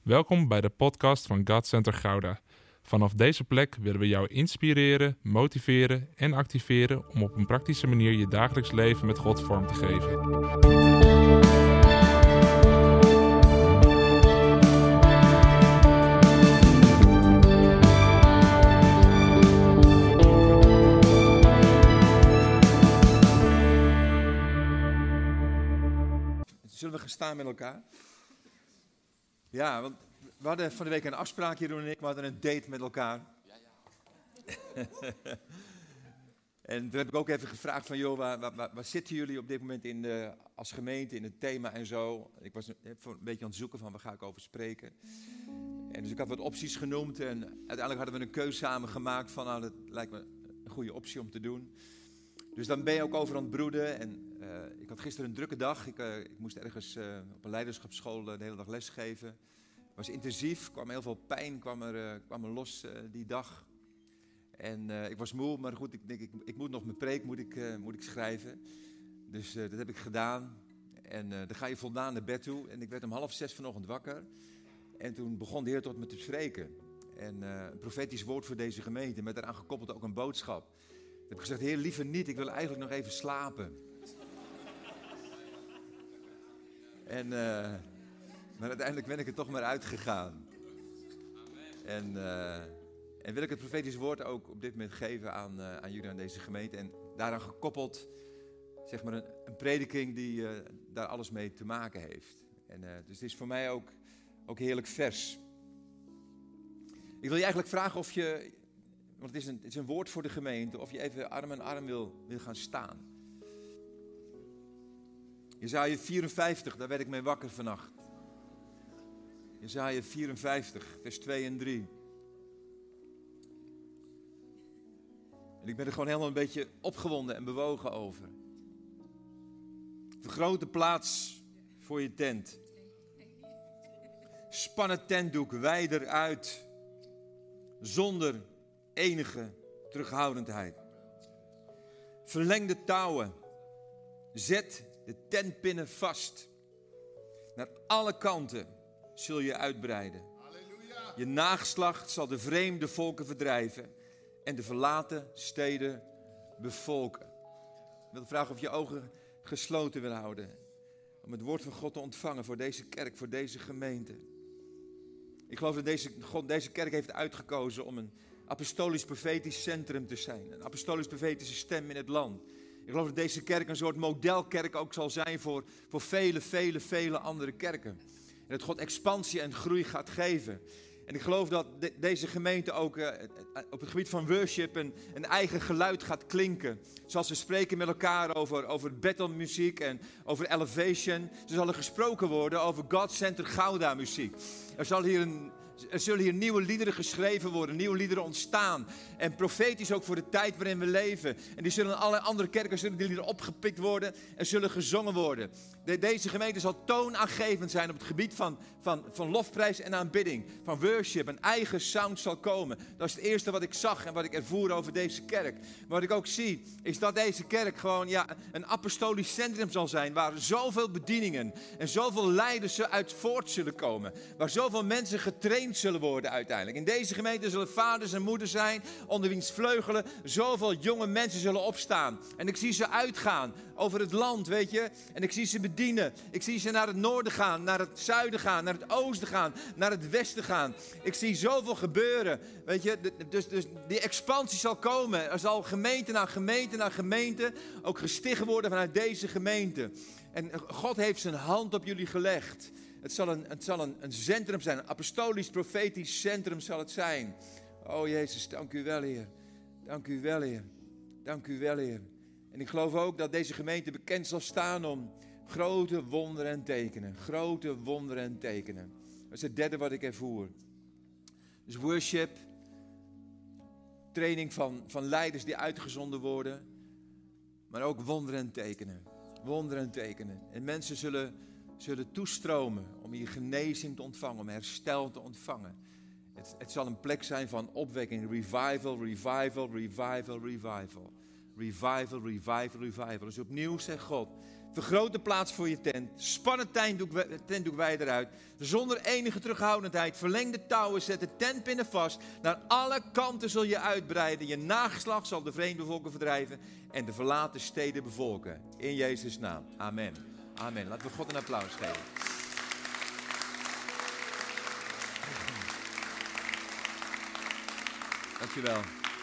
Welkom bij de podcast van God Center Gouda. Vanaf deze plek willen we jou inspireren, motiveren en activeren om op een praktische manier je dagelijks leven met God vorm te geven. Zullen we gaan staan met elkaar? Ja, want we hadden van de week een afspraak, Jeroen en ik. We hadden een date met elkaar. En toen heb ik ook even gevraagd van, joh, waar zitten jullie op dit moment als gemeente, in het thema en zo. Ik was een beetje aan het zoeken van, waar ga ik over spreken. En dus ik had wat opties genoemd en uiteindelijk hadden we een keuze samen gemaakt van, nou, dat lijkt me een goede optie om te doen. Dus dan ben je ook over aan het broeden. En ik had gisteren een drukke dag. Ik moest ergens op een leiderschapsschool de hele dag lesgeven. Het was intensief, kwam heel veel pijn kwam er los die dag. En ik was moe, maar goed, ik denk, ik moet nog mijn preek moet ik schrijven. Dus dat heb ik gedaan. En dan ga je voldaan naar bed toe. En ik werd om 5:30 vanochtend wakker. En toen begon de Heer tot me te spreken. En een profetisch woord voor deze gemeente, met daaraan gekoppeld ook een boodschap. Ik heb gezegd, Heer, liever niet, ik wil eigenlijk nog even slapen. Maar uiteindelijk ben ik er toch maar uitgegaan. En wil ik het profetisch woord ook op dit moment geven aan jullie, aan deze gemeente. En daaraan gekoppeld, zeg maar, een prediking die daar alles mee te maken heeft. En dus het is voor mij ook heerlijk vers. Ik wil je eigenlijk vragen of je, want het is een woord voor de gemeente, of je even arm in arm wil gaan staan. Jesaja 54, daar werd ik mee wakker vannacht. Jesaja 54, vers 2 en 3. En ik ben er gewoon helemaal een beetje opgewonden en bewogen over. Vergroot de plaats voor je tent. Span het tentdoek wijder uit, zonder enige terughoudendheid. Verleng de touwen. Zet de tentpinnen vast. Naar alle kanten zul je uitbreiden. Halleluja. Je nageslacht zal de vreemde volken verdrijven en de verlaten steden bevolken. Ik wil vragen of je ogen gesloten wil houden om het woord van God te ontvangen voor deze kerk, voor deze gemeente. Ik geloof dat God deze kerk heeft uitgekozen om een apostolisch-profetisch centrum te zijn. Een apostolisch-profetische stem in het land. Ik geloof dat deze kerk een soort modelkerk ook zal zijn voor vele andere kerken. En dat God expansie en groei gaat geven. En ik geloof dat deze gemeente ook op het gebied van worship een eigen geluid gaat klinken. Zoals we spreken met elkaar over battlemuziek en over elevation. Er zal er gesproken worden over God Center Gouda muziek. Er zullen hier nieuwe liederen geschreven worden, nieuwe liederen ontstaan. En profetisch ook voor de tijd waarin we leven. En die zullen in allerlei andere kerken die liederen opgepikt worden en zullen gezongen worden. Deze gemeente zal toonaangevend zijn op het gebied van lofprijs en aanbidding. Van worship, een eigen sound zal komen. Dat is het eerste wat ik zag en wat ik ervoer over deze kerk. Maar wat ik ook zie, is dat deze kerk gewoon een apostolisch centrum zal zijn. Waar zoveel bedieningen en zoveel leiders uit voort zullen komen. Waar zoveel mensen getraind zullen worden uiteindelijk. In deze gemeente zullen vaders en moeders zijn, onder wiens vleugelen zoveel jonge mensen zullen opstaan. En ik zie ze uitgaan over het land, weet je. En ik zie ze bedienen. Ik zie ze naar het noorden gaan, naar het zuiden gaan, naar het oosten gaan, naar het westen gaan. Ik zie zoveel gebeuren, weet je. Dus die expansie zal komen. Er zal gemeente na gemeente na gemeente ook gesticht worden vanuit deze gemeente. En God heeft zijn hand op jullie gelegd. Het zal een centrum zijn, een apostolisch-profetisch centrum zal het zijn. Oh Jezus, dank u wel, Heer. Dank u wel, Heer. Dank u wel, Heer. En ik geloof ook dat deze gemeente bekend zal staan om grote wonderen en tekenen. Grote wonderen en tekenen. Dat is het derde wat ik ervoer. Dus worship, training van leiders die uitgezonden worden. Maar ook wonderen en tekenen. Wonderen en tekenen. En mensen zullen toestromen om hier genezing te ontvangen, om herstel te ontvangen. Het zal een plek zijn van opwekking, revival, revival, revival, revival. Revival, revival, revival. Dus opnieuw zegt God, vergroot de plaats voor je tent. Span het tentdoek wijd eruit. Zonder enige terughoudendheid. Verleng de touwen, zet de tentpinnen vast. Naar alle kanten zul je uitbreiden. Je nageslacht zal de vreemde volken verdrijven. En de verlaten steden bevolken. In Jezus' naam. Amen. Amen. Laten we God een applaus geven. Dankjewel.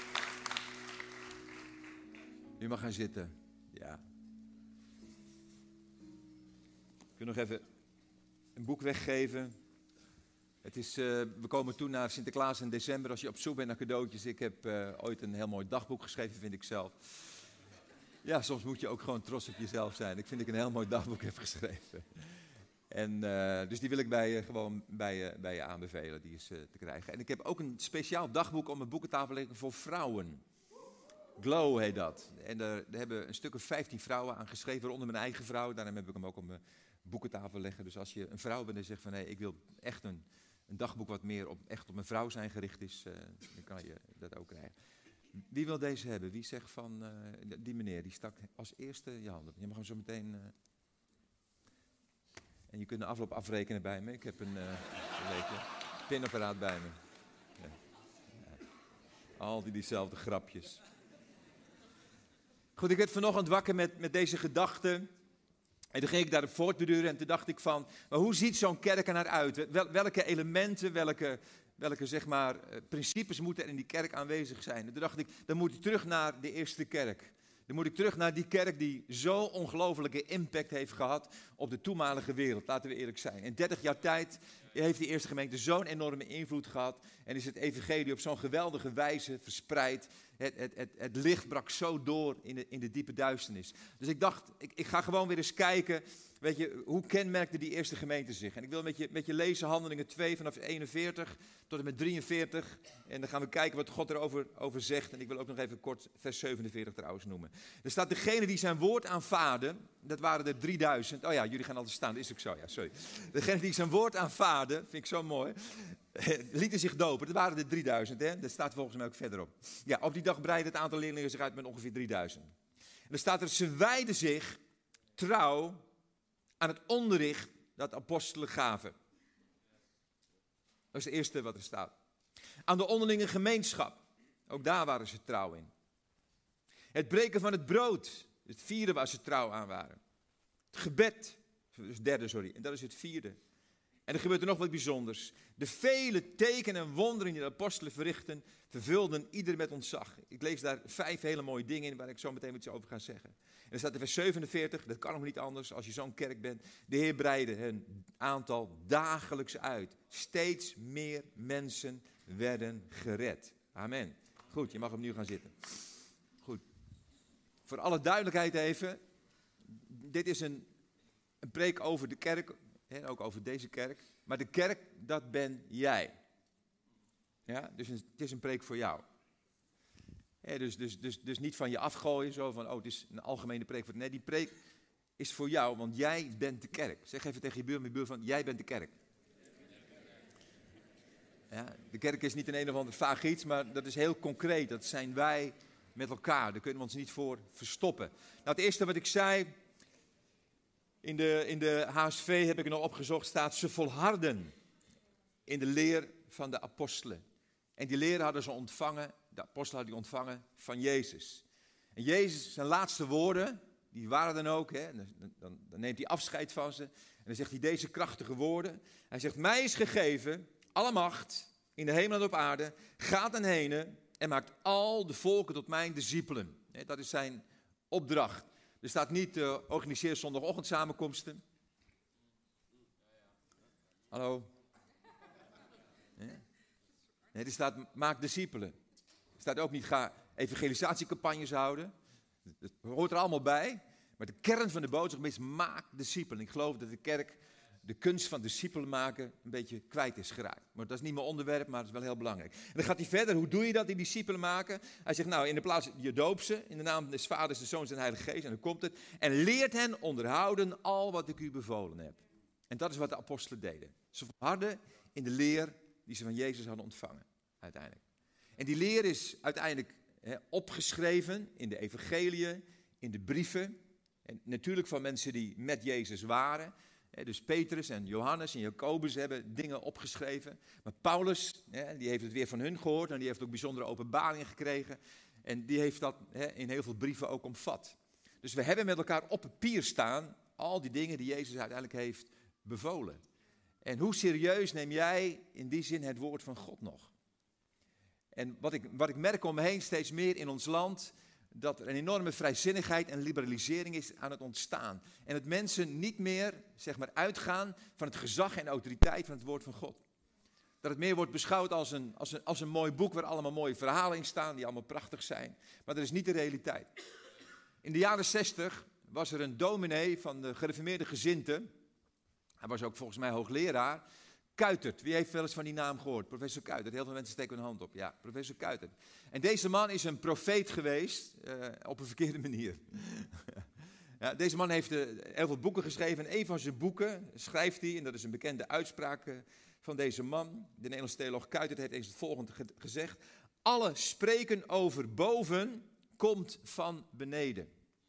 U mag gaan zitten. Ja. Ik wil nog even een boek weggeven. Het is, we komen toe naar Sinterklaas in december als je op zoek bent naar cadeautjes. Ik heb ooit een heel mooi dagboek geschreven, vind ik zelf. Ja, soms moet je ook gewoon trots op jezelf zijn. Ik vind dat ik een heel mooi dagboek heb geschreven. En, dus die wil ik gewoon bij je aanbevelen, die is te krijgen. En ik heb ook een speciaal dagboek op mijn boekentafel liggen voor vrouwen. Glow heet dat. En daar hebben een stuk of 15 vrouwen aan geschreven, waaronder mijn eigen vrouw. Daarom heb ik hem ook op mijn boekentafel leggen. Dus als je een vrouw bent en zegt van, ik wil echt een dagboek wat meer echt op mijn vrouw zijn gericht is, dan kan je dat ook krijgen. Wie wil deze hebben? Wie zegt van, die meneer, die stak als eerste je hand op. Je mag hem zo meteen... En je kunt de afloop afrekenen bij me. Ik heb een pinapparaat bij me. Ja. Ja. Al diezelfde grapjes. Goed, ik werd vanochtend wakker met deze gedachten. En toen ging ik daarop voortbeduren en toen dacht ik van... Maar hoe ziet zo'n kerk er naar uit? Welke elementen, welke zeg maar, principes moeten er in die kerk aanwezig zijn? En toen dacht ik, dan moet ik terug naar de eerste kerk. Dan moet ik terug naar die kerk die zo ongelofelijke impact heeft gehad op de toenmalige wereld. Laten we eerlijk zijn. In 30 jaar tijd heeft die eerste gemeente zo'n enorme invloed gehad. En is het evangelie op zo'n geweldige wijze verspreid. Het licht brak zo door in de diepe duisternis. Dus ik dacht, ik ga gewoon weer eens kijken. Weet je, hoe kenmerkte die eerste gemeente zich? En ik wil met je lezen Handelingen 2 vanaf 41 tot en met 43. En dan gaan we kijken wat God erover zegt. En ik wil ook nog even kort vers 47 trouwens noemen. Er staat, degene die zijn woord aanvaarden, dat waren er 3000. Oh ja, jullie gaan altijd staan, dat is ook zo, ja, sorry. Degene die zijn woord aanvaarden, vind ik zo mooi, lieten zich dopen. Dat waren er 3000, hè? Dat staat volgens mij ook verderop. Ja, op die dag breidde het aantal leerlingen zich uit met ongeveer 3000. En dan staat er, ze wijden zich trouw aan het onderricht dat apostelen gaven. Dat is het eerste wat er staat. Aan de onderlinge gemeenschap. Ook daar waren ze trouw in. Het breken van het brood. Het vierde waar ze trouw aan waren. Het gebed. Dat is het derde, sorry. En dat is het vierde. En er gebeurt er nog wat bijzonders. De vele tekenen en wonderen die de apostelen verrichten, vervulden ieder met ontzag. Ik lees daar 5 hele mooie dingen in waar ik zo meteen iets over ga zeggen. En er staat in vers 47, dat kan nog niet anders als je zo'n kerk bent. De Heer breidde hun aantal dagelijks uit. Steeds meer mensen werden gered. Amen. Goed, je mag opnieuw gaan zitten. Goed. Voor alle duidelijkheid even. Dit is een preek over de kerk. En ook over deze kerk. Maar de kerk, dat ben jij. Ja, dus het is een preek voor jou. Ja, dus niet van je afgooien, zo van, het is een algemene preek. Nee, die preek is voor jou, want jij bent de kerk. Zeg even tegen je buurman van, jij bent de kerk. Ja, de kerk is niet een of ander vaag iets, maar dat is heel concreet. Dat zijn wij met elkaar. Daar kunnen we ons niet voor verstoppen. Nou, het eerste wat ik zei... In de HSV heb ik er nog opgezocht, staat ze volharden in de leer van de apostelen. En die leer hadden ze ontvangen, de apostelen hadden die ontvangen van Jezus. En Jezus, zijn laatste woorden, die waren dan ook, hè, dan neemt hij afscheid van ze. En dan zegt hij deze krachtige woorden. Hij zegt, mij is gegeven alle macht in de hemel en op aarde. Gaat dan heen en maakt al de volken tot mijn discipelen. Dat is zijn opdracht. Er staat niet, organiseer zondagochtend samenkomsten. Hallo? Nee, er staat, maak discipelen. Er staat ook niet, ga evangelisatiecampagnes houden. Dat hoort er allemaal bij. Maar de kern van de boodschap is, maak discipelen. Ik geloof dat de kerk de kunst van discipelen maken een beetje kwijt is geraakt. Maar dat is niet mijn onderwerp, maar dat is wel heel belangrijk. En dan gaat hij verder, hoe doe je dat, die discipelen maken? Hij zegt, in de plaats, je doopt ze, in de naam des Vaders, des Zoons en de Heilige Geest, en dan komt het. En leert hen onderhouden al wat ik u bevolen heb. En dat is wat de apostelen deden. Ze volharden in de leer die ze van Jezus hadden ontvangen, uiteindelijk. En die leer is uiteindelijk opgeschreven in de evangeliën, in de brieven. En natuurlijk van mensen die met Jezus waren. Dus Petrus en Johannes en Jacobus hebben dingen opgeschreven. Maar Paulus, die heeft het weer van hun gehoord en die heeft ook bijzondere openbaringen gekregen. En die heeft dat in heel veel brieven ook omvat. Dus we hebben met elkaar op papier staan al die dingen die Jezus uiteindelijk heeft bevolen. En hoe serieus neem jij in die zin het woord van God nog? En wat ik merk om me heen steeds meer in ons land, dat er een enorme vrijzinnigheid en liberalisering is aan het ontstaan. En dat mensen niet meer, zeg maar, uitgaan van het gezag en autoriteit van het woord van God. Dat het meer wordt beschouwd als een mooi boek waar allemaal mooie verhalen in staan, die allemaal prachtig zijn. Maar dat is niet de realiteit. In de jaren 60 was er een dominee van de gereformeerde gezindte. Hij was ook volgens mij hoogleraar. Kuijtert, wie heeft wel eens van die naam gehoord? Professor Kuijtert, heel veel mensen steken hun hand op. Ja, professor Kuijtert. En deze man is een profeet geweest, op een verkeerde manier. Ja, deze man heeft heel veel boeken geschreven. En een van zijn boeken schrijft hij, en dat is een bekende uitspraak van deze man. De Nederlandse theoloog Kuijtert heeft eens het volgende gezegd. Alle spreken over boven komt van beneden.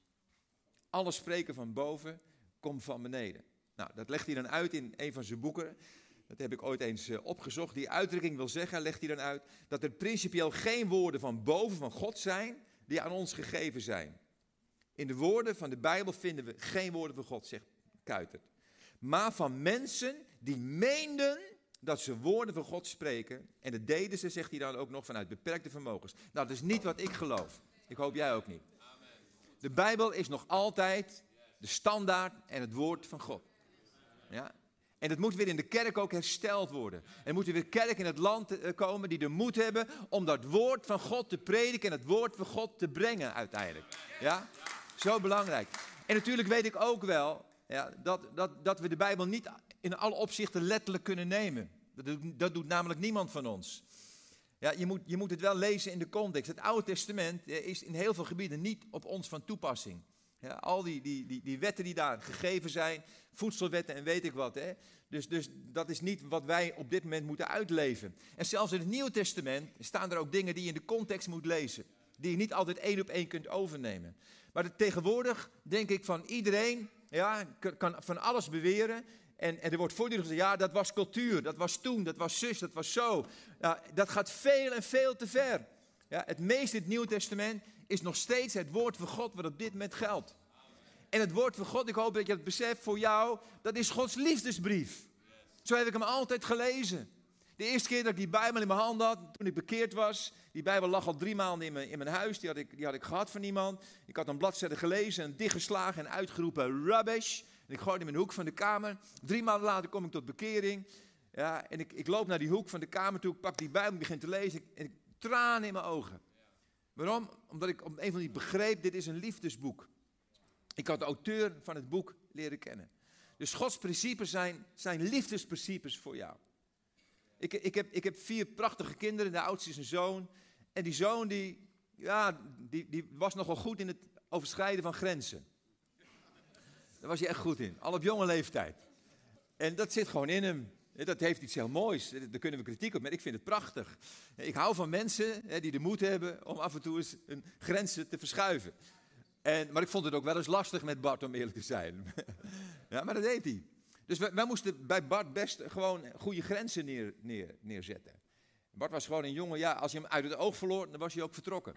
Alle spreken van boven komt van beneden. Nou, dat legt hij dan uit in een van zijn boeken. Dat heb ik ooit eens opgezocht. Die uitdrukking wil zeggen, legt hij dan uit, dat er principieel geen woorden van boven van God zijn die aan ons gegeven zijn. In de woorden van de Bijbel vinden we geen woorden van God, zegt Kuijtert. Maar van mensen die meenden dat ze woorden van God spreken. En dat deden ze, zegt hij dan ook nog, vanuit beperkte vermogens. Nou, dat is niet wat ik geloof. Ik hoop jij ook niet. De Bijbel is nog altijd de standaard en het woord van God. Ja? En het moet weer in de kerk ook hersteld worden. Er moeten weer kerken in het land komen die de moed hebben om dat woord van God te prediken en het woord van God te brengen uiteindelijk. Ja? Zo belangrijk. En natuurlijk weet ik ook wel dat we de Bijbel niet in alle opzichten letterlijk kunnen nemen. Dat doet namelijk niemand van ons. Ja, je moet het wel lezen in de context. Het Oude Testament is in heel veel gebieden niet op ons van toepassing. Ja, al die wetten die daar gegeven zijn, voedselwetten en weet ik wat. Hè. Dus dat is niet wat wij op dit moment moeten uitleven. En zelfs in het Nieuwe Testament staan er ook dingen die je in de context moet lezen. Die je niet altijd 1 op 1 kunt overnemen. Maar tegenwoordig denk ik van iedereen kan van alles beweren. En er wordt voortdurend gezegd, ja, dat was cultuur, dat was toen, dat was zus, dat was zo. Ja, dat gaat veel en veel te ver. Ja, het meeste in het Nieuwe Testament is nog steeds het woord van God wat op dit moment geldt. En het woord van God, ik hoop dat je het beseft voor jou, dat is Gods liefdesbrief. Zo heb ik hem altijd gelezen. De eerste keer dat ik die Bijbel in mijn hand had, toen ik bekeerd was, die Bijbel lag al 3 maanden in mijn huis, die had ik gehad van iemand. Ik had een bladzijde gelezen en dichtgeslagen en uitgeroepen rubbish. En ik gooide hem in de hoek van de kamer. 3 maanden later kom ik tot bekering. Ja, en ik loop naar die hoek van de kamer toe, ik pak die Bijbel, ik begin te lezen en ik tranen in mijn ogen. Waarom? Omdat ik op een van die begreep, dit is een liefdesboek. Ik had de auteur van het boek leren kennen. Dus Gods principes zijn liefdesprincipes voor jou. Ik heb 4 prachtige kinderen, de oudste is een zoon. En die zoon die was nogal goed in het overschrijden van grenzen. Daar was hij echt goed in, al op jonge leeftijd. En dat zit gewoon in hem. Dat heeft iets heel moois, daar kunnen we kritiek op, maar ik vind het prachtig. Ik hou van mensen die de moed hebben om af en toe eens een grenzen te verschuiven. Maar ik vond het ook wel eens lastig met Bart, om eerlijk te zijn. Ja, maar dat deed hij. Dus wij moesten bij Bart best gewoon goede grenzen neerzetten. Bart was gewoon een jongen, als je hem uit het oog verloor, dan was hij ook vertrokken.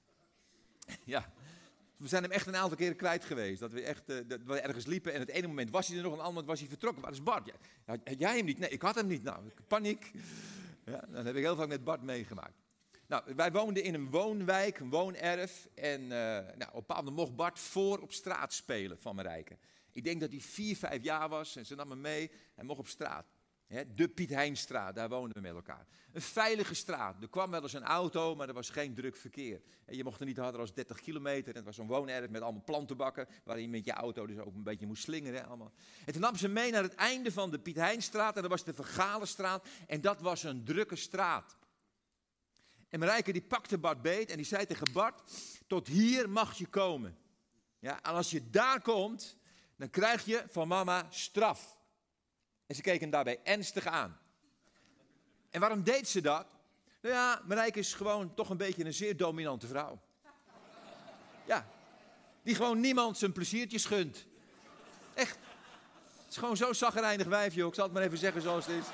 Ja, we zijn hem echt een aantal keren kwijt geweest. Dat we ergens liepen en het ene moment was hij er nog, een ander moment was hij vertrokken. Waar is Bart? Ja, had jij hem niet? Nee, ik had hem niet. Nou, paniek. Ja, dan heb ik heel vaak met Bart meegemaakt. Nou, wij woonden in een woonwijk, een woonerf. En op een bepaald moment mocht Bart voor op straat spelen van Marijke. Ik denk dat hij 4, 5 jaar was en ze nam me mee. Hij mocht op straat. De Piet Heinstraat, daar woonden we met elkaar. Een veilige straat. Er kwam wel eens een auto, maar er was geen druk verkeer. En je mocht er niet harder dan 30 kilometer. En het was zo'n woonerf met allemaal plantenbakken, waarin je met je auto dus ook een beetje moest slingeren. Allemaal. En toen nam ze mee naar het einde van de Piet Heinstraat. En dat was de Vergalenstraat. En dat was een drukke straat. En Marijke die pakte Bart beet en die zei tegen Bart, tot hier mag je komen. Ja, en als je daar komt, dan krijg je van mama straf. En ze keken hem daarbij ernstig aan. En waarom deed ze dat? Nou ja, Marijke is gewoon toch een beetje een zeer dominante vrouw. Ja, die gewoon niemand zijn pleziertjes gunt. Echt. Het is gewoon zo'n chagrijnig wijf, joh. Ik zal het maar even zeggen zoals het is.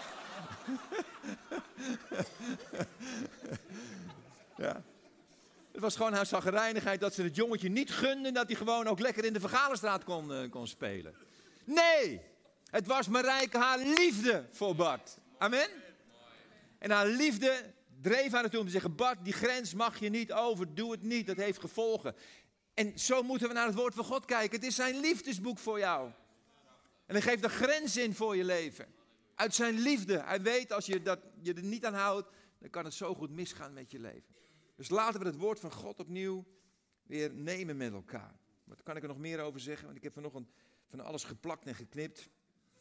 Ja. Het was gewoon haar chagrijnigheid dat ze het jongetje niet gunde dat hij gewoon ook lekker in de Vergalenstraat kon spelen. Nee, het was Marijke haar liefde voor Bart. Amen. En haar liefde dreef haar ertoe om te zeggen, Bart, die grens mag je niet over, doe het niet, dat heeft gevolgen. En zo moeten we naar het woord van God kijken. Het is zijn liefdesboek voor jou. En hij geeft er grens in voor je leven. Uit zijn liefde. Hij weet, als je er niet aan houdt, dan kan het zo goed misgaan met je leven. Dus laten we het woord van God opnieuw weer nemen met elkaar. Wat kan ik er nog meer over zeggen? Want ik heb vanochtend van alles geplakt en geknipt.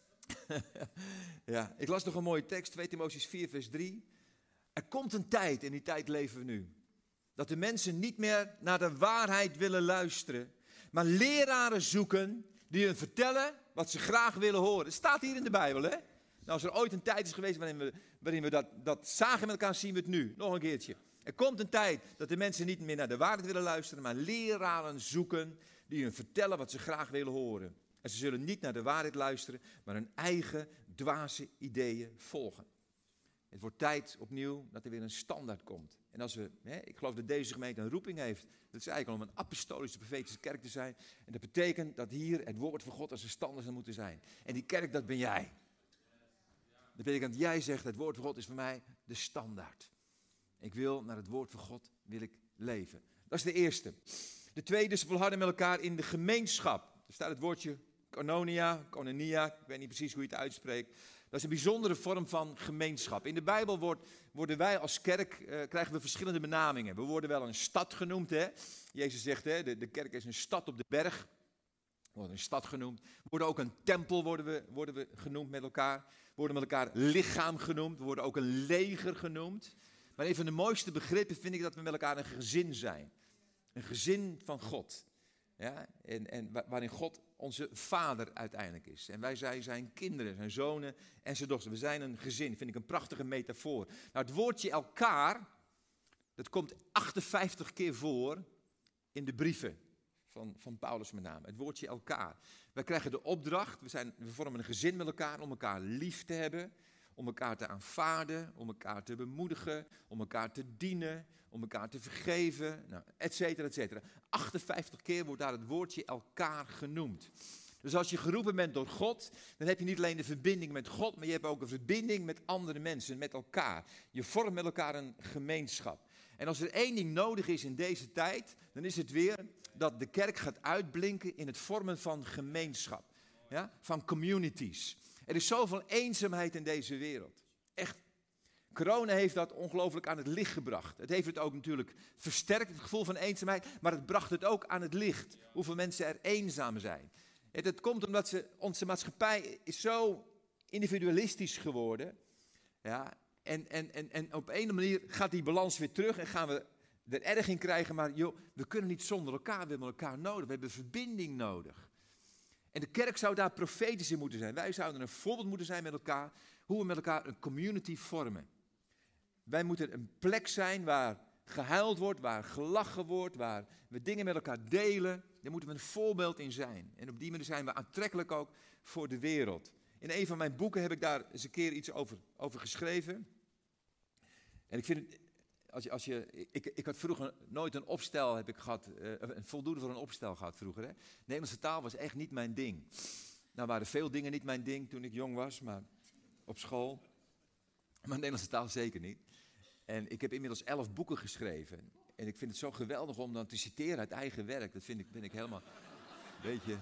Ja, ik las nog een mooie tekst, 2 Timotheüs 4 vers 3. Er komt een tijd, in die tijd leven we nu, dat de mensen niet meer naar de waarheid willen luisteren, maar leraren zoeken die hun vertellen wat ze graag willen horen. Het staat hier in de Bijbel, hè? Nou, als er ooit een tijd is geweest waarin we dat zagen met elkaar, zien we het nu. Nog een keertje. Er komt een tijd dat de mensen niet meer naar de waarheid willen luisteren, maar leraren zoeken die hun vertellen wat ze graag willen horen. En ze zullen niet naar de waarheid luisteren, maar hun eigen dwaze ideeën volgen. Het wordt tijd opnieuw dat er weer een standaard komt. En als ik geloof dat deze gemeente een roeping heeft. Dat is eigenlijk om een apostolische, profetische kerk te zijn. En dat betekent dat hier het woord van God als een standaard zou moeten zijn. En die kerk, dat ben jij. Dat betekent dat jij zegt, het woord van God is voor mij de standaard. Ik wil naar het woord van God leven. Dat is de eerste. De tweede is volharden met elkaar in de gemeenschap. Er staat het woordje koinonia, ik weet niet precies hoe je het uitspreekt. Dat is een bijzondere vorm van gemeenschap. In de Bijbel worden wij als kerk, krijgen we verschillende benamingen. We worden wel een stad genoemd, hè. Jezus zegt, hè, de kerk is een stad op de berg. We worden een stad genoemd. We worden ook een tempel worden we genoemd met elkaar. We worden met elkaar lichaam genoemd. We worden ook een leger genoemd. Maar een van de mooiste begrippen vind ik dat we met elkaar een gezin zijn. Een gezin van God. Ja, en waarin God onze vader uiteindelijk is. En wij zijn zijn kinderen, zijn zonen en zijn dochters. We zijn een gezin, vind ik een prachtige metafoor. Nou, het woordje elkaar, dat komt 58 keer voor in de brieven van Paulus met name. Het woordje elkaar. Wij krijgen de opdracht, we vormen een gezin met elkaar om elkaar lief te hebben. Om elkaar te aanvaarden, om elkaar te bemoedigen, om elkaar te dienen, om elkaar te vergeven, nou, et cetera, et cetera. 58 keer wordt daar het woordje elkaar genoemd. Dus als je geroepen bent door God, dan heb je niet alleen de verbinding met God, maar je hebt ook een verbinding met andere mensen, met elkaar. Je vormt met elkaar een gemeenschap. En als er één ding nodig is in deze tijd, dan is het weer dat de kerk gaat uitblinken in het vormen van gemeenschap. Ja? Van communities. Er is zoveel eenzaamheid in deze wereld. Echt. Corona heeft dat ongelooflijk aan het licht gebracht. Het heeft het ook natuurlijk versterkt, het gevoel van eenzaamheid. Maar het bracht het ook aan het licht. Hoeveel mensen er eenzaam zijn. Het komt omdat onze maatschappij is zo individualistisch geworden. Ja, en op een manier gaat die balans weer terug en gaan we er erg in krijgen. Maar joh, we kunnen niet zonder elkaar, we hebben elkaar nodig. We hebben verbinding nodig. En de kerk zou daar profetisch in moeten zijn. Wij zouden een voorbeeld moeten zijn met elkaar, hoe we met elkaar een community vormen. Wij moeten een plek zijn waar gehuild wordt, waar gelachen wordt, waar we dingen met elkaar delen. Daar moeten we een voorbeeld in zijn. En op die manier zijn we aantrekkelijk ook voor de wereld. In een van mijn boeken heb ik daar eens een keer iets over geschreven. En ik vind het, ik had vroeger nooit een opstel heb ik gehad, een voldoende voor een opstel gehad vroeger. Hè? Nederlandse taal was echt niet mijn ding. Nou waren veel dingen niet mijn ding toen ik jong was, maar op school. Maar Nederlandse taal zeker niet. En ik heb inmiddels 11 boeken geschreven. En ik vind het zo geweldig om dan te citeren uit eigen werk. Dat ben ik helemaal een beetje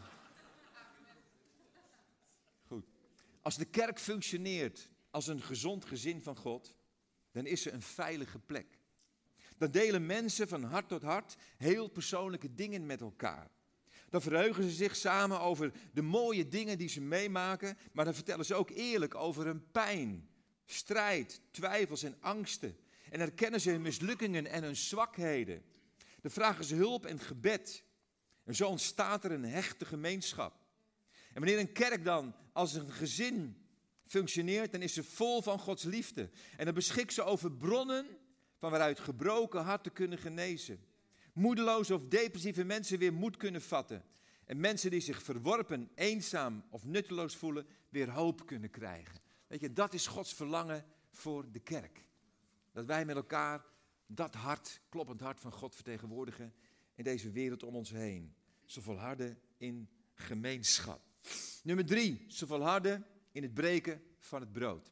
goed. Als de kerk functioneert als een gezond gezin van God, dan is ze een veilige plek. Dan delen mensen van hart tot hart heel persoonlijke dingen met elkaar. Dan verheugen ze zich samen over de mooie dingen die ze meemaken, maar dan vertellen ze ook eerlijk over hun pijn, strijd, twijfels en angsten. En erkennen ze hun mislukkingen en hun zwakheden. Dan vragen ze hulp en gebed. En zo ontstaat er een hechte gemeenschap. En wanneer een kerk dan als een gezin functioneert, dan is ze vol van Gods liefde. En dan beschikt ze over bronnen van waaruit gebroken harten kunnen genezen. Moedeloze of depressieve mensen weer moed kunnen vatten. En mensen die zich verworpen, eenzaam of nutteloos voelen, weer hoop kunnen krijgen. Weet je, dat is Gods verlangen voor de kerk. Dat wij met elkaar dat hart, kloppend hart van God vertegenwoordigen in deze wereld om ons heen. Ze volharden in gemeenschap. Nummer 3, ze volharden in het breken van het brood.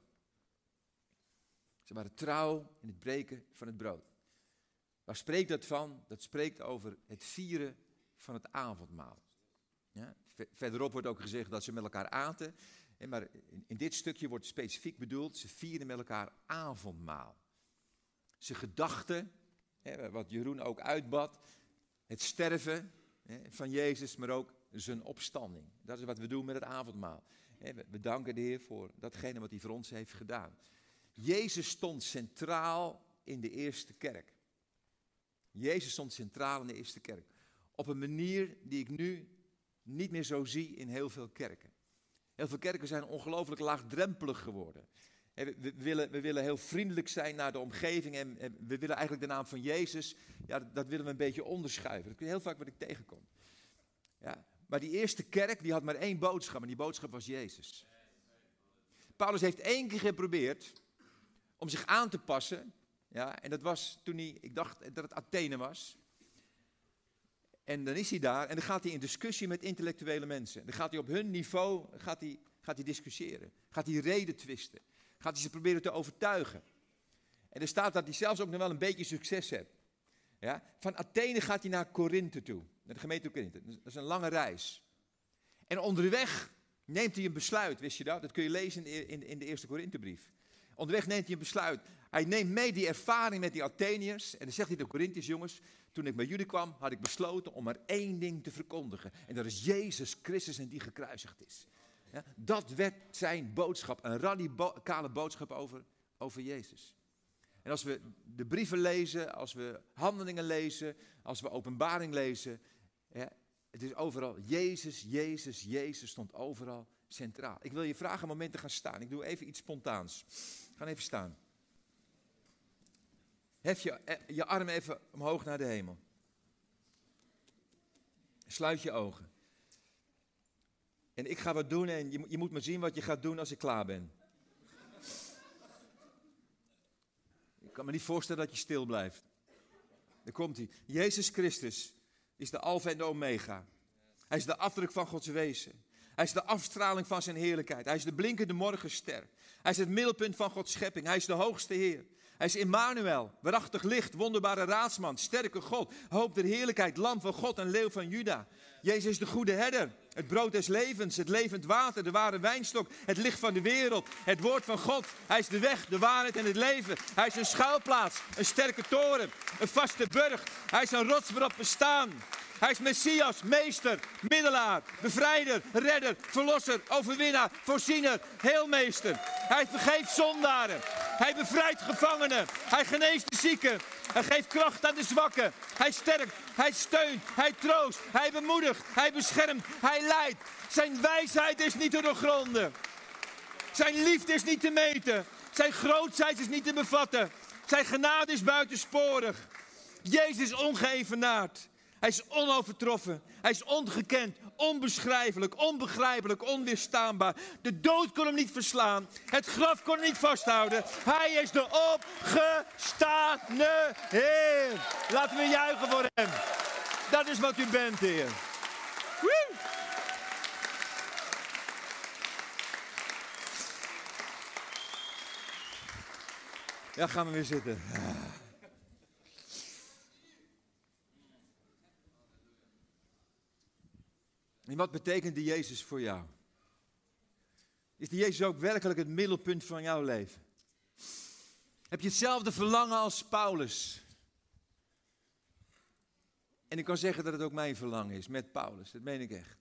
Ze waren trouw in het breken van het brood. Waar spreekt dat van? Dat spreekt over het vieren van het avondmaal. Ja? Verderop wordt ook gezegd dat ze met elkaar aten. Maar in dit stukje wordt specifiek bedoeld, ze vierden met elkaar avondmaal. Ze gedachten, wat Jeroen ook uitbad, het sterven van Jezus, maar ook zijn opstanding. Dat is wat we doen met het avondmaal. We danken de Heer voor datgene wat hij voor ons heeft gedaan. Jezus stond centraal in de eerste kerk. Jezus stond centraal in de eerste kerk. Op een manier die ik nu niet meer zo zie in heel veel kerken. Heel veel kerken zijn ongelooflijk laagdrempelig geworden. We willen heel vriendelijk zijn naar de omgeving en we willen eigenlijk de naam van Jezus, ja, dat willen we een beetje onderschuiven. Dat is heel vaak wat ik tegenkom. Ja, maar die eerste kerk die had maar één boodschap en die boodschap was Jezus. Paulus heeft 1 keer geprobeerd om zich aan te passen. Ja, en dat was toen hij, ik dacht dat het Athene was. En dan is hij daar en dan gaat hij in discussie met intellectuele mensen. Dan gaat hij op hun niveau gaat hij discussiëren. Gaat hij reden twisten. Gaat hij ze proberen te overtuigen. En er staat dat hij zelfs ook nog wel een beetje succes heeft. Ja? Van Athene gaat hij naar Korinthe toe. Naar de gemeente Korinthe. Dat is een lange reis. En onderweg neemt hij een besluit. Wist je dat? Dat kun je lezen in de eerste Korinthebrief. Onderweg neemt hij een besluit. Hij neemt mee die ervaring met die Atheniërs. En dan zegt hij de Korinthiërs, jongens, toen ik bij jullie kwam, had ik besloten om maar 1 ding te verkondigen. En dat is Jezus Christus en die gekruisigd is. Ja, dat werd zijn boodschap. Een radicale boodschap over Jezus. En als we de brieven lezen, als we Handelingen lezen, als we Openbaring lezen. Ja, het is overal Jezus, Jezus, Jezus stond overal centraal. Ik wil je vragen een moment te gaan staan. Ik doe even iets spontaans. Ga even staan. Hef je armen even omhoog naar de hemel. Sluit je ogen. En ik ga wat doen en je moet me zien wat je gaat doen als ik klaar ben. Ik kan me niet voorstellen dat je stil blijft. Daar komt hij. Jezus Christus is de Alpha en de Omega. Hij is de afdruk van Gods wezen. Hij is de afstraling van zijn heerlijkheid. Hij is de blinkende morgenster. Hij is het middelpunt van Gods schepping. Hij is de hoogste Heer. Hij is Immanuel, waarachtig licht, wonderbare raadsman, sterke God, hoop der heerlijkheid, lam van God en leeuw van Juda. Jezus is de goede herder, het brood des levens, het levend water, de ware wijnstok, het licht van de wereld, het woord van God. Hij is de weg, de waarheid en het leven. Hij is een schuilplaats, een sterke toren, een vaste burcht. Hij is een rots waarop we staan. Hij is Messias, meester, middelaar, bevrijder, redder, verlosser, overwinnaar, voorziener, heelmeester. Hij vergeeft zondaren. Hij bevrijdt gevangenen. Hij geneest de zieken. Hij geeft kracht aan de zwakken. Hij sterkt, hij steunt, hij troost, hij bemoedigt, hij beschermt, hij leidt. Zijn wijsheid is niet te doorgronden. Zijn liefde is niet te meten. Zijn grootheid is niet te bevatten. Zijn genade is buitensporig. Jezus is ongeëvenaard. Hij is onovertroffen, hij is ongekend, onbeschrijfelijk, onbegrijpelijk, onweerstaanbaar. De dood kon hem niet verslaan, het graf kon hem niet vasthouden. Hij is de opgestane Heer. Laten we juichen voor hem. Dat is wat u bent, Heer. Woe! Ja, gaan we weer zitten. En wat betekent die Jezus voor jou? Is die Jezus ook werkelijk het middelpunt van jouw leven? Heb je hetzelfde verlangen als Paulus? En ik kan zeggen dat het ook mijn verlangen is met Paulus, dat meen ik echt.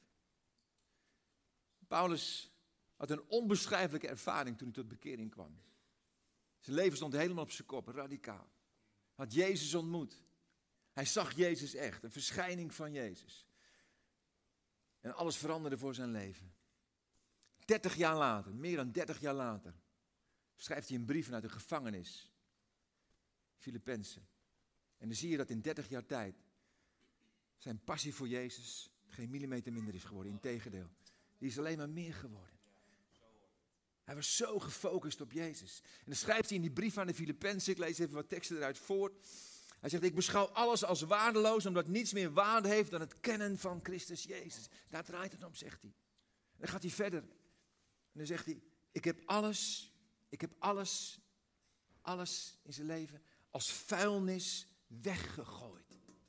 Paulus had een onbeschrijfelijke ervaring toen hij tot bekering kwam. Zijn leven stond helemaal op zijn kop, radicaal. Hij had Jezus ontmoet. Hij zag Jezus echt, een verschijning van Jezus. En alles veranderde voor zijn leven. 30 jaar later, meer dan 30 jaar later, schrijft hij een brief vanuit de gevangenis. Filippenzen. En dan zie je dat in 30 jaar tijd zijn passie voor Jezus geen millimeter minder is geworden. Integendeel, die is alleen maar meer geworden. Hij was zo gefocust op Jezus. En dan schrijft hij in die brief aan de Filippenzen, ik lees even wat teksten eruit voor. Hij zegt, ik beschouw alles als waardeloos, omdat niets meer waarde heeft dan het kennen van Christus Jezus. Daar draait het om, zegt hij. En dan gaat hij verder. En dan zegt hij, ik heb alles in zijn leven als vuilnis weggegooid.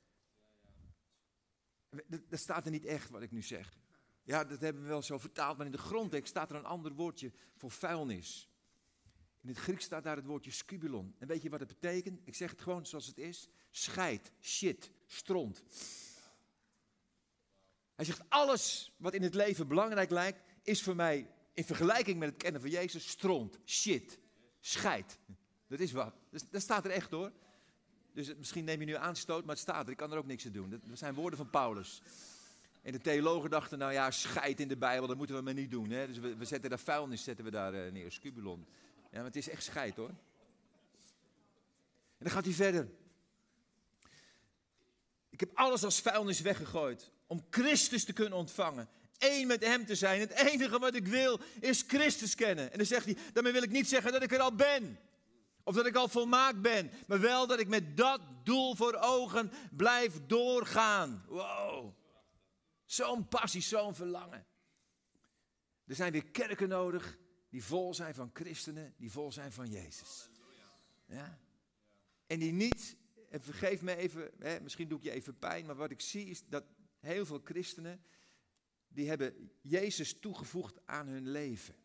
Dat staat er niet echt wat ik nu zeg. Ja, dat hebben we wel zo vertaald, maar in de grondtekst staat er een ander woordje voor vuilnis. In het Grieks staat daar het woordje skubulon. En weet je wat het betekent? Ik zeg het gewoon zoals het is. Scheid, shit, stront. Hij zegt, alles wat in het leven belangrijk lijkt, is voor mij in vergelijking met het kennen van Jezus stront, shit, scheid. Dat is wat. Dat staat er echt hoor. Dus misschien neem je nu aanstoot, maar het staat er. Ik kan er ook niks aan doen. Dat zijn woorden van Paulus. En de theologen dachten, nou ja, scheid in de Bijbel, dat moeten we maar niet doen. Hè? Dus we zetten daar vuilnis neer, skubulon. Ja, maar het is echt scheid hoor. En dan gaat hij verder. Ik heb alles als vuilnis weggegooid om Christus te kunnen ontvangen. Eén met hem te zijn. Het enige wat ik wil is Christus kennen. En dan zegt hij, daarmee wil ik niet zeggen dat ik er al ben. Of dat ik al volmaakt ben. Maar wel dat ik met dat doel voor ogen blijf doorgaan. Wow. Zo'n passie, zo'n verlangen. Er zijn weer kerken nodig die vol zijn van christenen, die vol zijn van Jezus. Ja? En die niet, en vergeef me even, misschien doe ik je even pijn, maar wat ik zie is dat heel veel christenen, die hebben Jezus toegevoegd aan hun leven.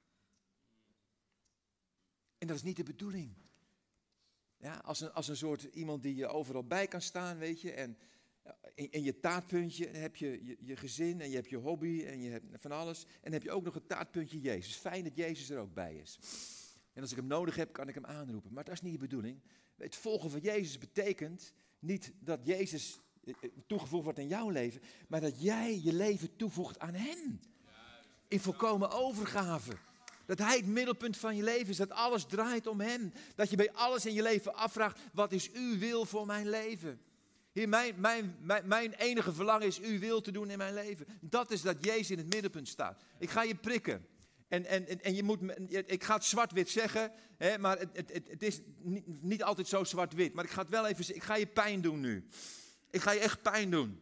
En dat is niet de bedoeling. Ja, als een soort iemand die je overal bij kan staan, weet je, en in je taartpuntje heb je je gezin en je hebt je hobby en je hebt van alles. En dan heb je ook nog een taartpuntje Jezus. Fijn dat Jezus er ook bij is. En als ik hem nodig heb, kan ik hem aanroepen. Maar dat is niet de bedoeling. Het volgen van Jezus betekent niet dat Jezus toegevoegd wordt aan jouw leven, maar dat jij je leven toevoegt aan hem. In volkomen overgave. Dat hij het middelpunt van je leven is. Dat alles draait om hem. Dat je bij alles in je leven afvraagt, wat is uw wil voor mijn leven? Heer, mijn enige verlangen is uw wil te doen in mijn leven. Dat is dat Jezus in het middelpunt staat. Ik ga je prikken. En je moet, ik ga het zwart-wit zeggen, hè, maar het is niet altijd zo zwart-wit. Maar ik ga het wel even zeggen, ik ga je pijn doen nu. Ik ga je echt pijn doen.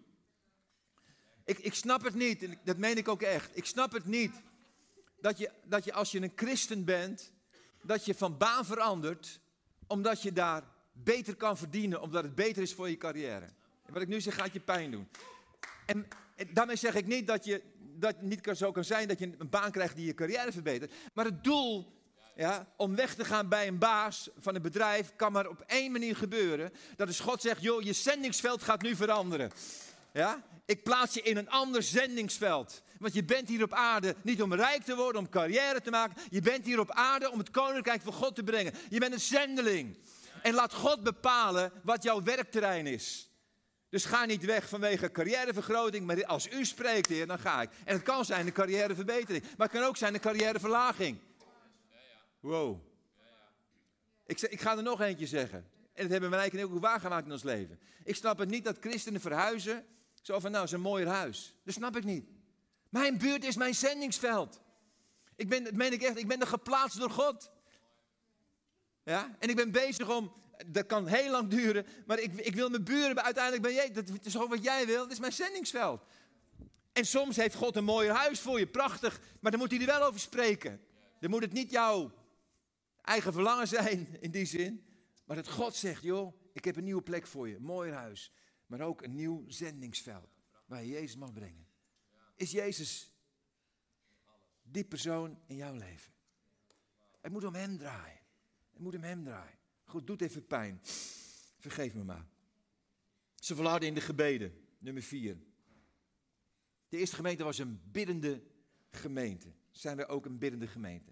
Ik snap het niet, en dat meen ik ook echt. Ik snap het niet dat je als je een christen bent, dat je van baan verandert, omdat je daar beter kan verdienen, omdat het beter is voor je carrière. En wat ik nu zeg, gaat je pijn doen. En daarmee zeg ik niet dat het niet zo kan zijn dat je een baan krijgt die je carrière verbetert. Maar het doel, ja, om weg te gaan bij een baas van een bedrijf kan maar op één manier gebeuren. Dat is God zegt, joh, je zendingsveld gaat nu veranderen. Ja? Ik plaats je in een ander zendingsveld. Want je bent hier op aarde niet om rijk te worden, om carrière te maken. Je bent hier op aarde om het koninkrijk van God te brengen. Je bent een zendeling. En laat God bepalen wat jouw werkterrein is. Dus ga niet weg vanwege carrièrevergroting, maar als u spreekt, Heer, dan ga ik. En het kan zijn een carrièreverbetering, maar het kan ook zijn een carrièreverlaging. Wow. Ik ga er nog eentje zeggen. En dat hebben we eigenlijk ook waargemaakt in ons leven. Ik snap het niet dat christenen verhuizen, zo van, nou, is een mooier huis. Dat snap ik niet. Mijn buurt is mijn zendingsveld. Dat meen ik echt, ik ben er geplaatst door God. Ja? En ik ben bezig om, dat kan heel lang duren, maar ik wil mijn buren uiteindelijk bij je. Dat is gewoon wat jij wil, dat is mijn zendingsveld. En soms heeft God een mooier huis voor je, prachtig, maar dan moet hij er wel over spreken. Dan moet het niet jouw eigen verlangen zijn, in die zin, maar dat God zegt, joh, ik heb een nieuwe plek voor je, een mooier huis, maar ook een nieuw zendingsveld, waar je Jezus mag brengen. Is Jezus die persoon in jouw leven? Het moet om hem draaien. Het moet om hem draaien. Goed, doet even pijn. Vergeef me maar. Ze volharden in de gebeden. Nummer 4. De eerste gemeente was een biddende gemeente. Zijn we ook een biddende gemeente?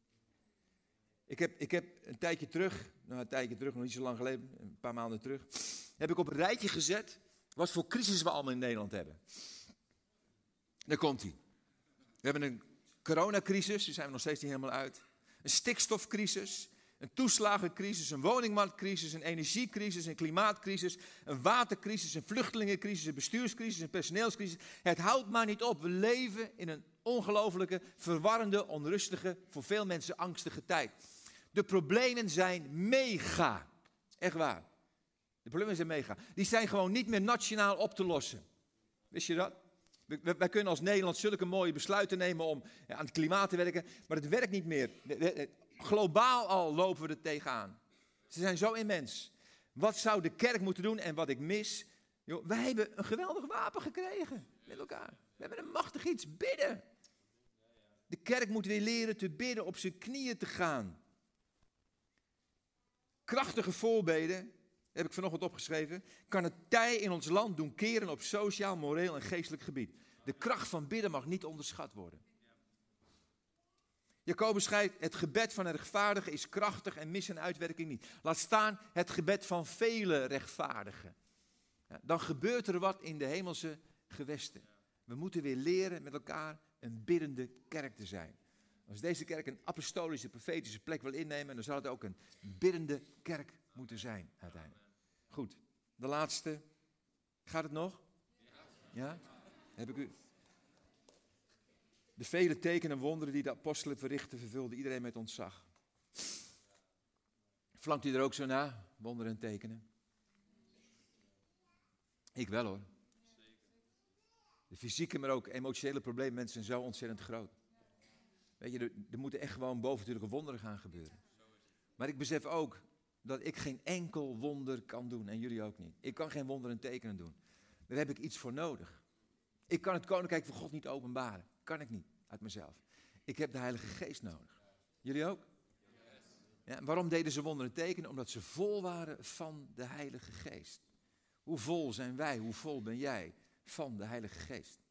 Ik heb een tijdje terug, nog niet zo lang geleden, een paar maanden terug, heb ik op een rijtje gezet wat voor crisis we allemaal in Nederland hebben. Daar komt hij. We hebben een coronacrisis, daar zijn we nog steeds niet helemaal uit. Een stikstofcrisis. Een toeslagencrisis, een woningmarktcrisis, een energiecrisis, een klimaatcrisis, een watercrisis, een vluchtelingencrisis, een bestuurscrisis, een personeelscrisis. Het houdt maar niet op. We leven in een ongelofelijke, verwarrende, onrustige, voor veel mensen angstige tijd. De problemen zijn mega. Echt waar. De problemen zijn mega. Die zijn gewoon niet meer nationaal op te lossen. Wist je dat? Wij kunnen als Nederland zulke mooie besluiten nemen om aan het klimaat te werken, maar het werkt niet meer. Globaal al lopen we er tegenaan. Ze zijn zo immens. Wat zou de kerk moeten doen en wat ik mis? Joh, wij hebben een geweldig wapen gekregen met elkaar. We hebben een machtig iets, bidden. De kerk moet weer leren te bidden, op zijn knieën te gaan. Krachtige voorbeden, heb ik vanochtend opgeschreven, kan het tij in ons land doen keren op sociaal, moreel en geestelijk gebied. De kracht van bidden mag niet onderschat worden. Jacobus schrijft, het gebed van een rechtvaardige is krachtig en mis en uitwerking niet. Laat staan het gebed van vele rechtvaardigen. Ja, dan gebeurt er wat in de hemelse gewesten. We moeten weer leren met elkaar een biddende kerk te zijn. Als deze kerk een apostolische, profetische plek wil innemen, dan zal het ook een biddende kerk moeten zijn uiteindelijk. Goed, de laatste. Gaat het nog? Ja? Heb ik u... De vele tekenen en wonderen die de apostelen verrichtten, vervulde iedereen met ontzag. Flankt u er ook zo na, wonderen en tekenen? Ik wel hoor. De fysieke, maar ook emotionele problemen mensen zijn zo ontzettend groot. Weet je, er moeten echt gewoon bovennatuurlijke wonderen gaan gebeuren. Maar ik besef ook dat ik geen enkel wonder kan doen en jullie ook niet. Ik kan geen wonderen en tekenen doen. Daar heb ik iets voor nodig. Ik kan het koninkrijk van God niet openbaren. Kan ik niet, uit mezelf. Ik heb de Heilige Geest nodig. Jullie ook? Ja, waarom deden ze wonderen en tekenen? Omdat ze vol waren van de Heilige Geest. Hoe vol zijn wij, hoe vol ben jij van de Heilige Geest?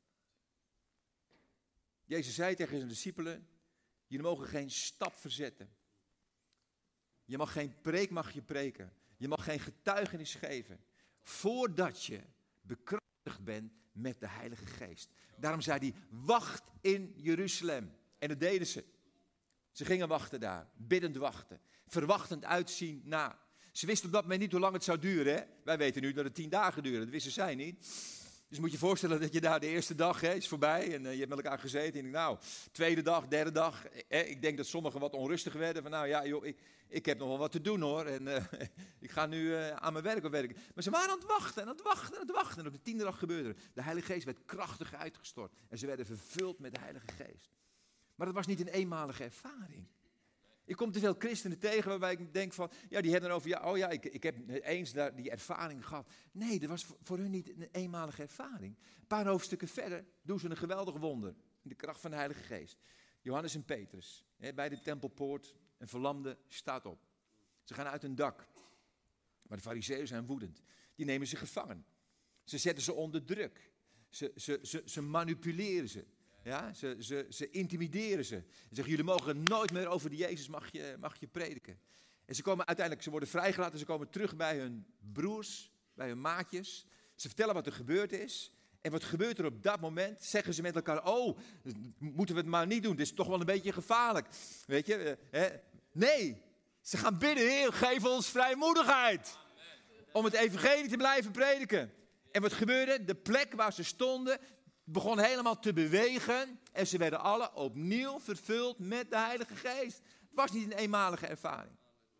Jezus zei tegen zijn discipelen, jullie mogen geen stap verzetten. Je mag geen preek preken. Je mag geen getuigenis geven. Voordat je bekrachtigd bent met de Heilige Geest. Daarom zei hij, wacht in Jeruzalem. En dat deden ze. Ze gingen wachten daar, biddend wachten. Verwachtend uitzien na. Ze wisten op dat moment niet hoe lang het zou duren. Hè? Wij weten nu dat het 10 dagen duurde, dat wisten zij niet. Dus moet je voorstellen dat je daar de eerste dag is voorbij en je hebt met elkaar gezeten. En je denkt, nou, tweede dag, derde dag. Ik denk dat sommigen wat onrustig werden. Van nou ja, joh, ik heb nog wel wat te doen hoor. En ik ga nu aan mijn werk werken. Maar ze waren aan het wachten en aan het wachten en aan het wachten. En op de 10e dag gebeurde er. De Heilige Geest werd krachtig uitgestort. En ze werden vervuld met de Heilige Geest. Maar dat was niet een eenmalige ervaring. Ik kom te veel christenen tegen waarbij ik denk van, ja, die hebben dan over, ja, oh ja, ik heb eens die ervaring gehad. Nee, dat was voor hun niet een eenmalige ervaring. Een paar hoofdstukken verder doen ze een geweldig wonder in de kracht van de Heilige Geest. Johannes en Petrus, bij de tempelpoort, een verlamde staat op. Ze gaan uit hun dak, maar de farizeeën zijn woedend. Die nemen ze gevangen. Ze zetten ze onder druk. Ze manipuleren ze. Ja, ze intimideren ze. Ze zeggen, jullie mogen nooit meer over die Jezus mag je prediken. En ze komen uiteindelijk, ze worden vrijgelaten, ze komen terug bij hun broers, bij hun maatjes. Ze vertellen wat er gebeurd is. En wat gebeurt er op dat moment? Zeggen ze met elkaar, oh, moeten we het maar niet doen. Dit is toch wel een beetje gevaarlijk. Weet je, nee, ze gaan bidden, Heer, geef ons vrijmoedigheid. Om het evangelie te blijven prediken. En wat gebeurde? De plek waar ze stonden begon helemaal te bewegen en ze werden alle opnieuw vervuld met de Heilige Geest. Het was niet een eenmalige ervaring.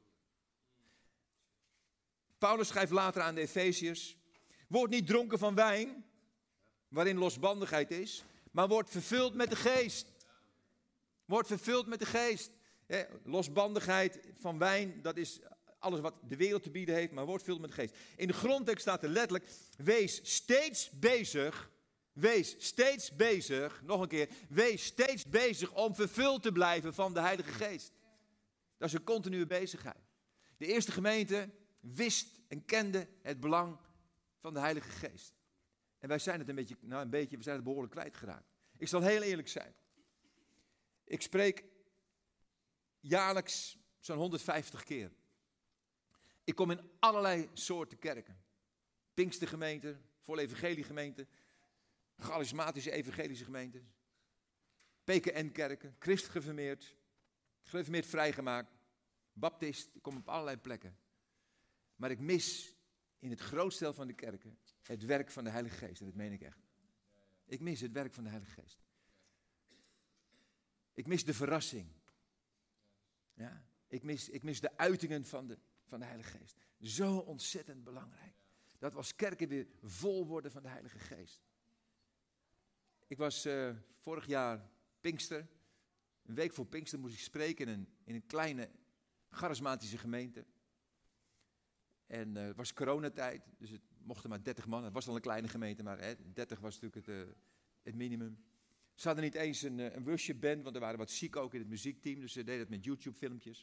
Paulus schrijft later aan de Efeziërs, word niet dronken van wijn, waarin losbandigheid is, maar word vervuld met de Geest. Word vervuld met de Geest. Losbandigheid van wijn, dat is alles wat de wereld te bieden heeft, maar word vervuld met de Geest. In de grondtekst staat er letterlijk, wees steeds bezig, nog een keer, wees steeds bezig om vervuld te blijven van de Heilige Geest. Dat is een continue bezigheid. De eerste gemeente wist en kende het belang van de Heilige Geest. En wij zijn het we zijn het behoorlijk kwijtgeraakt. Ik zal heel eerlijk zijn. Ik spreek jaarlijks zo'n 150 keer. Ik kom in allerlei soorten kerken. Pinkstergemeenten, volle evangeliegemeenten, charismatische evangelische gemeenten, PKN-kerken, christgereformeerd vrijgemaakt, baptist, ik kom op allerlei plekken. Maar ik mis in het grootste deel van de kerken het werk van de Heilige Geest. En dat meen ik echt. Ik mis het werk van de Heilige Geest. Ik mis de verrassing. Ja, ik mis de uitingen van de Heilige Geest. Zo ontzettend belangrijk. Dat we als kerken weer vol worden van de Heilige Geest. Ik was vorig jaar Pinkster. Een week voor Pinkster moest ik spreken in een kleine charismatische gemeente. En het was coronatijd, dus het mochten maar 30 man. Het was al een kleine gemeente, maar 30 was natuurlijk het minimum. Ze hadden niet eens een worship band, want er waren wat zieken ook in het muziekteam. Dus ze deden het met YouTube-filmpjes.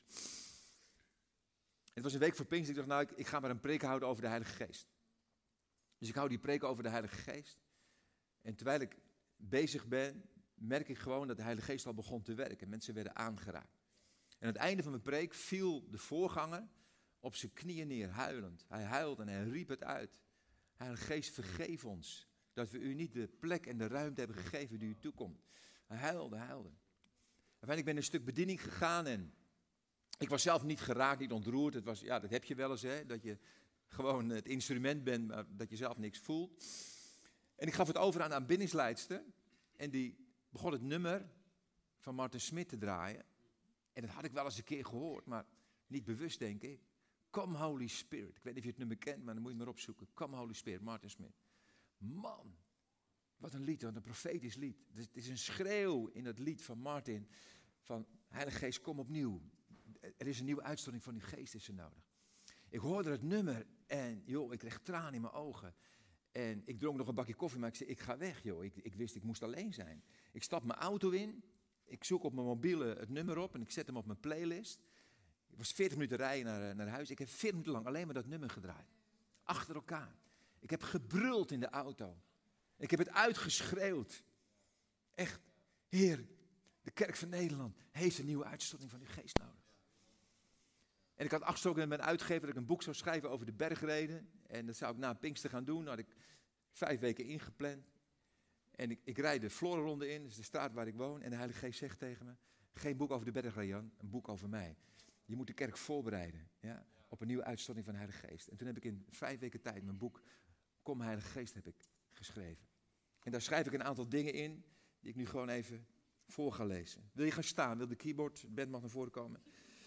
Het was een week voor Pinkster. Ik dacht, ik ga maar een preek houden over de Heilige Geest. Dus ik hou die preek over de Heilige Geest. En terwijl ik bezig ben, merk ik gewoon dat de Heilige Geest al begon te werken. Mensen werden aangeraakt. En aan het einde van mijn preek viel de voorganger op zijn knieën neer, huilend. Hij huilde en hij riep het uit. Heilige Geest, vergeef ons dat we u niet de plek en de ruimte hebben gegeven die u toekomt. Hij huilde. Uiteindelijk ben ik een stuk bediening gegaan en ik was zelf niet geraakt, niet ontroerd. Het was, ja, dat heb je wel eens, hè, dat je gewoon het instrument bent, maar dat je zelf niks voelt. En ik gaf het over aan de aanbiddingsleidster en die begon het nummer van Martin Smit te draaien. En dat had ik wel eens een keer gehoord, maar niet bewust, denk ik. Come Holy Spirit. Ik weet niet of je het nummer kent, maar dan moet je maar opzoeken. Come Holy Spirit, Martin Smit. Man, wat een lied, wat een profetisch lied. Het is een schreeuw in het lied van Martin. Van Heilige Geest, kom opnieuw. Er is een nieuwe uitstorting van uw geest is er nodig. Ik hoorde het nummer en joh, ik kreeg tranen in mijn ogen. En ik dronk nog een bakje koffie, maar ik zei, ik ga weg joh. Ik wist, ik moest alleen zijn. Ik stap mijn auto in. Ik zoek op mijn mobiele het nummer op en ik zet hem op mijn playlist. Ik was 40 minuten rijden naar huis. Ik heb 40 minuten lang alleen maar dat nummer gedraaid. Achter elkaar. Ik heb gebruld in de auto. Ik heb het uitgeschreeuwd. Echt, Heer, de kerk van Nederland heeft een nieuwe uitstorting van uw geest nodig. En ik had afgesproken met mijn uitgever dat ik een boek zou schrijven over de bergreden. En dat zou ik na Pinkster gaan doen. Dat had ik 5 weken ingepland. En ik rijd de Florenronde in, dus de straat waar ik woon. En de Heilige Geest zegt tegen me, geen boek over de bergreden, Jan, een boek over mij. Je moet de kerk voorbereiden op een nieuwe uitstorting van de Heilige Geest. En toen heb ik in 5 weken tijd mijn boek Kom Heilige Geest heb ik geschreven. En daar schrijf ik een aantal dingen in die ik nu gewoon even voor ga lezen. Wil je gaan staan? Wil de keyboardband mag naar voren komen?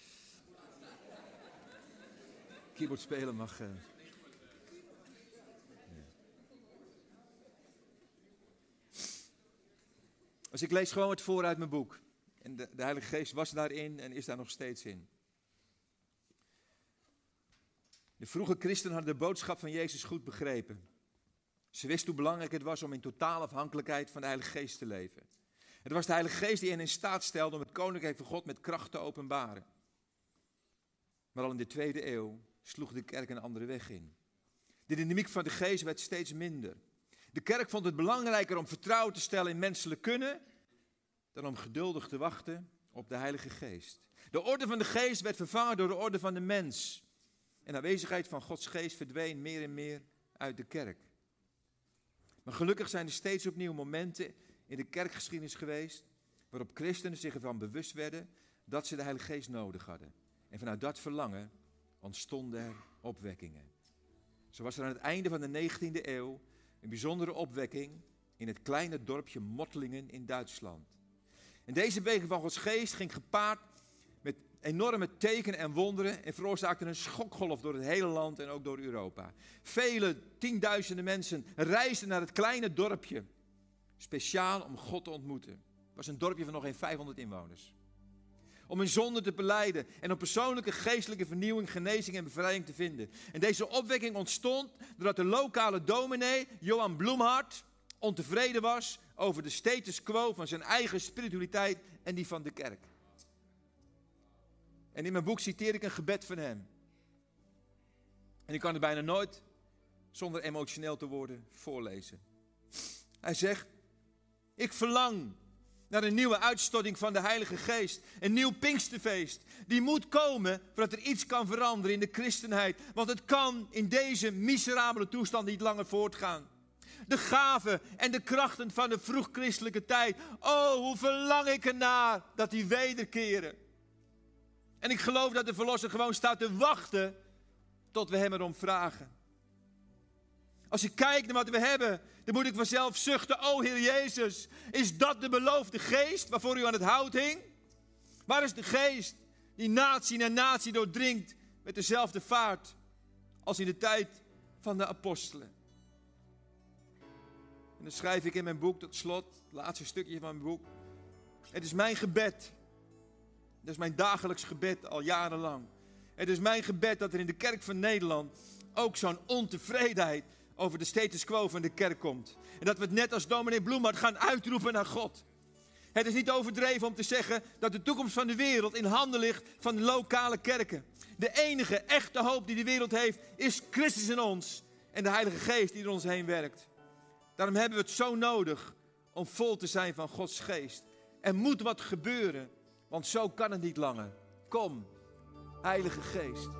Keyboard spelen mag. Dus ik lees gewoon het voor uit mijn boek. En de Heilige Geest was daarin en is daar nog steeds in. De vroege christenen hadden de boodschap van Jezus goed begrepen. Ze wisten hoe belangrijk het was om in totale afhankelijkheid van de Heilige Geest te leven. Het was de Heilige Geest die hen in staat stelde om het koninkrijk van God met kracht te openbaren. Maar al in de 2e eeuw sloeg de kerk een andere weg in. De dynamiek van de geest werd steeds minder. De kerk vond het belangrijker om vertrouwen te stellen in menselijk kunnen dan om geduldig te wachten op de Heilige Geest. De orde van de geest werd vervangen door de orde van de mens. En de aanwezigheid van Gods geest verdween meer en meer uit de kerk. Maar gelukkig zijn er steeds opnieuw momenten in de kerkgeschiedenis geweest waarop christenen zich ervan bewust werden dat ze de Heilige Geest nodig hadden. En vanuit dat verlangen ontstonden er opwekkingen. Zo was er aan het einde van de 19e eeuw een bijzondere opwekking in het kleine dorpje Mottlingen in Duitsland. En deze beweging van Gods geest ging gepaard met enorme tekenen en wonderen en veroorzaakte een schokgolf door het hele land en ook door Europa. Vele tienduizenden mensen reisden naar het kleine dorpje, speciaal om God te ontmoeten. Het was een dorpje van nog geen 500 inwoners. Om hun zonde te belijden en om persoonlijke geestelijke vernieuwing, genezing en bevrijding te vinden. En deze opwekking ontstond doordat de lokale dominee, Johan Bloemhard, ontevreden was over de status quo van zijn eigen spiritualiteit en die van de kerk. En in mijn boek citeer ik een gebed van hem. En ik kan het bijna nooit, zonder emotioneel te worden, voorlezen. Hij zegt, ik verlang naar een nieuwe uitstorting van de Heilige Geest. Een nieuw Pinksterfeest. Die moet komen voordat er iets kan veranderen in de christenheid. Want het kan in deze miserabele toestand niet langer voortgaan. De gaven en de krachten van de vroeg-christelijke tijd. Oh, hoe verlang ik ernaar dat die wederkeren. En ik geloof dat de Verlosser gewoon staat te wachten tot we hem erom vragen. Als ik kijk naar wat we hebben, dan moet ik vanzelf zuchten. O Heer Jezus, is dat de beloofde geest waarvoor u aan het hout hing? Waar is de geest die natie na natie doordringt met dezelfde vaart als in de tijd van de apostelen? En dan schrijf ik in mijn boek, tot slot, het laatste stukje van mijn boek. Het is mijn gebed. Dat is mijn dagelijks gebed al jarenlang. Het is mijn gebed dat er in de kerk van Nederland ook zo'n ontevredenheid over de status quo van de kerk komt. En dat we het net als dominee Bloemhard gaan uitroepen naar God. Het is niet overdreven om te zeggen dat de toekomst van de wereld in handen ligt van de lokale kerken. De enige echte hoop die de wereld heeft is Christus in ons en de Heilige Geest die er ons heen werkt. Daarom hebben we het zo nodig om vol te zijn van Gods geest. Er moet wat gebeuren, want zo kan het niet langer. Kom, Heilige Geest.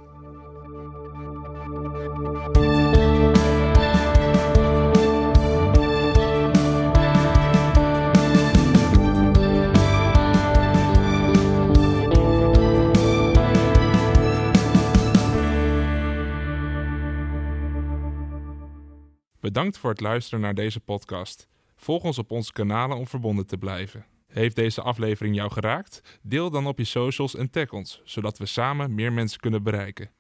Bedankt voor het luisteren naar deze podcast. Volg ons op onze kanalen om verbonden te blijven. Heeft deze aflevering jou geraakt? Deel dan op je socials en tag ons, zodat we samen meer mensen kunnen bereiken.